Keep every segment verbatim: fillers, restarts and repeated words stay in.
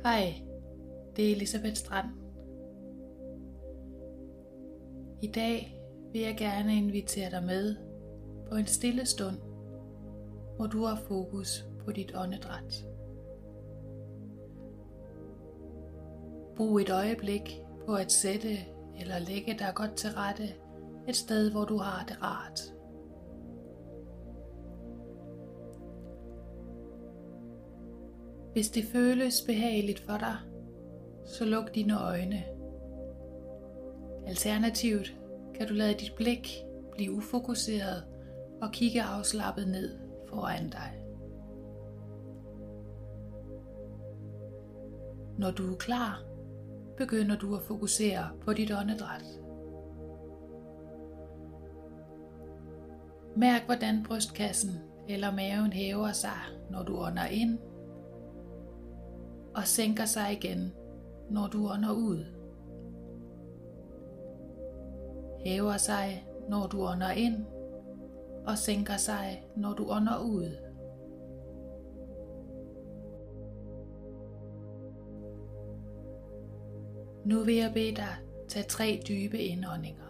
Hej, det er Elisabeth Strand. I dag vil jeg gerne invitere dig med på en stille stund, hvor du har fokus på dit åndedræt. Brug et øjeblik på at sætte eller lægge dig godt til rette et sted, hvor du har det rart. Hvis det føles behageligt for dig, så luk dine øjne. Alternativt kan du lade dit blik blive ufokuseret og kigge afslappet ned foran dig. Når du er klar, begynder du at fokusere på dit åndedræt. Mærk, hvordan brystkassen eller maven hæver sig, når du ånder ind, og sænker sig igen, når du ånder ud. Hæver sig, når du ånder ind, og sænker sig, når du ånder ud. Nu vil jeg bede dig tage tre dybe indåndinger.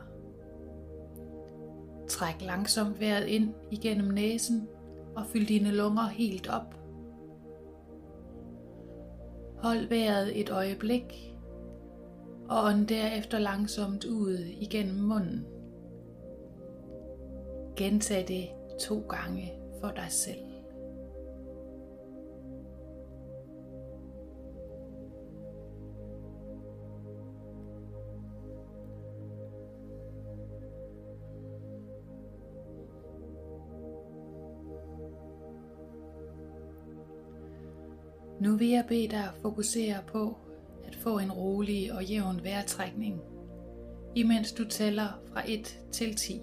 Træk langsomt vejret ind igennem næsen og fyld dine lunger helt op. Hold vejret et øjeblik og ånd derefter langsomt ud igennem munden. Gentag det to gange for dig selv. Nu vil jeg bede dig fokusere på at få en rolig og jævn vejrtrækning, imens du tæller fra et til ti.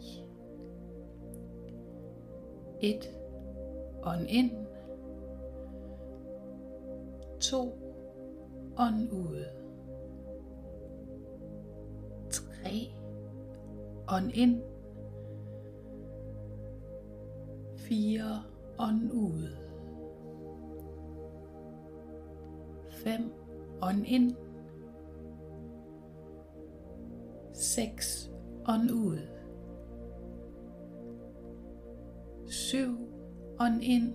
et. Ånd ind. to. Ånd ud. tre. Ånd ind. fire. Ånd ud. fem. Ånd ind. seks. Ånd ud. syv. Ånd ind.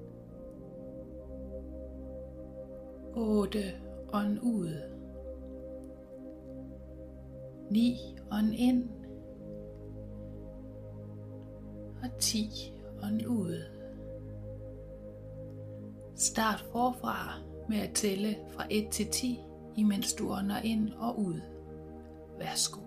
otte. Ånd ud. ni. Ånd ind. Og ti. Ånd ud. Start forfra med at tælle fra et til ti, imens du ånder ind og ud. Værsgo.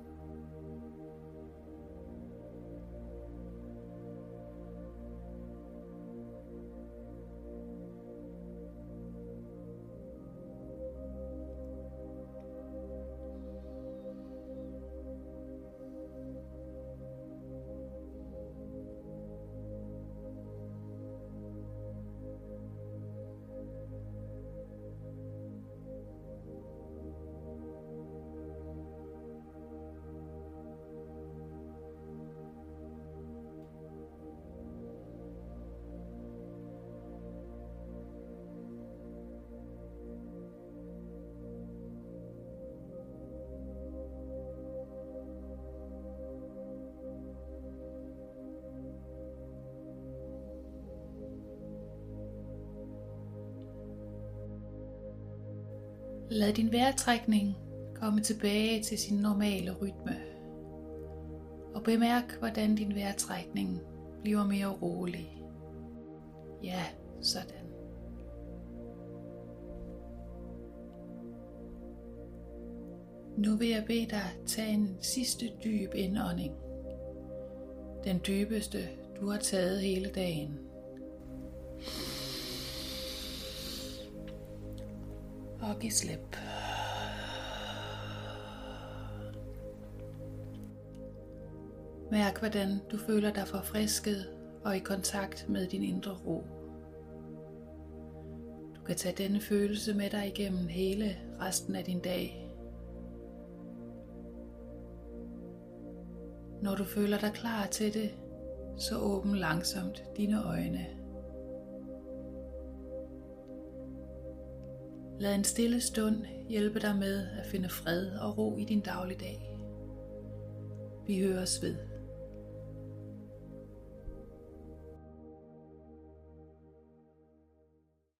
Lad din vejrtrækning komme tilbage til sin normale rytme, og bemærk, hvordan din vejrtrækning bliver mere rolig. Ja, sådan. Nu vil jeg bede dig tage en sidste dyb indånding. Den dybeste, du har taget hele dagen. Og giv slip. Mærk, hvordan du føler dig forfrisket og i kontakt med din indre ro. Du kan tage denne følelse med dig igennem hele resten af din dag. Når du føler dig klar til det, så åbn langsomt dine øjne. Lad en stille stund hjælpe dig med at finde fred og ro i din dagligdag. Vi høres ved.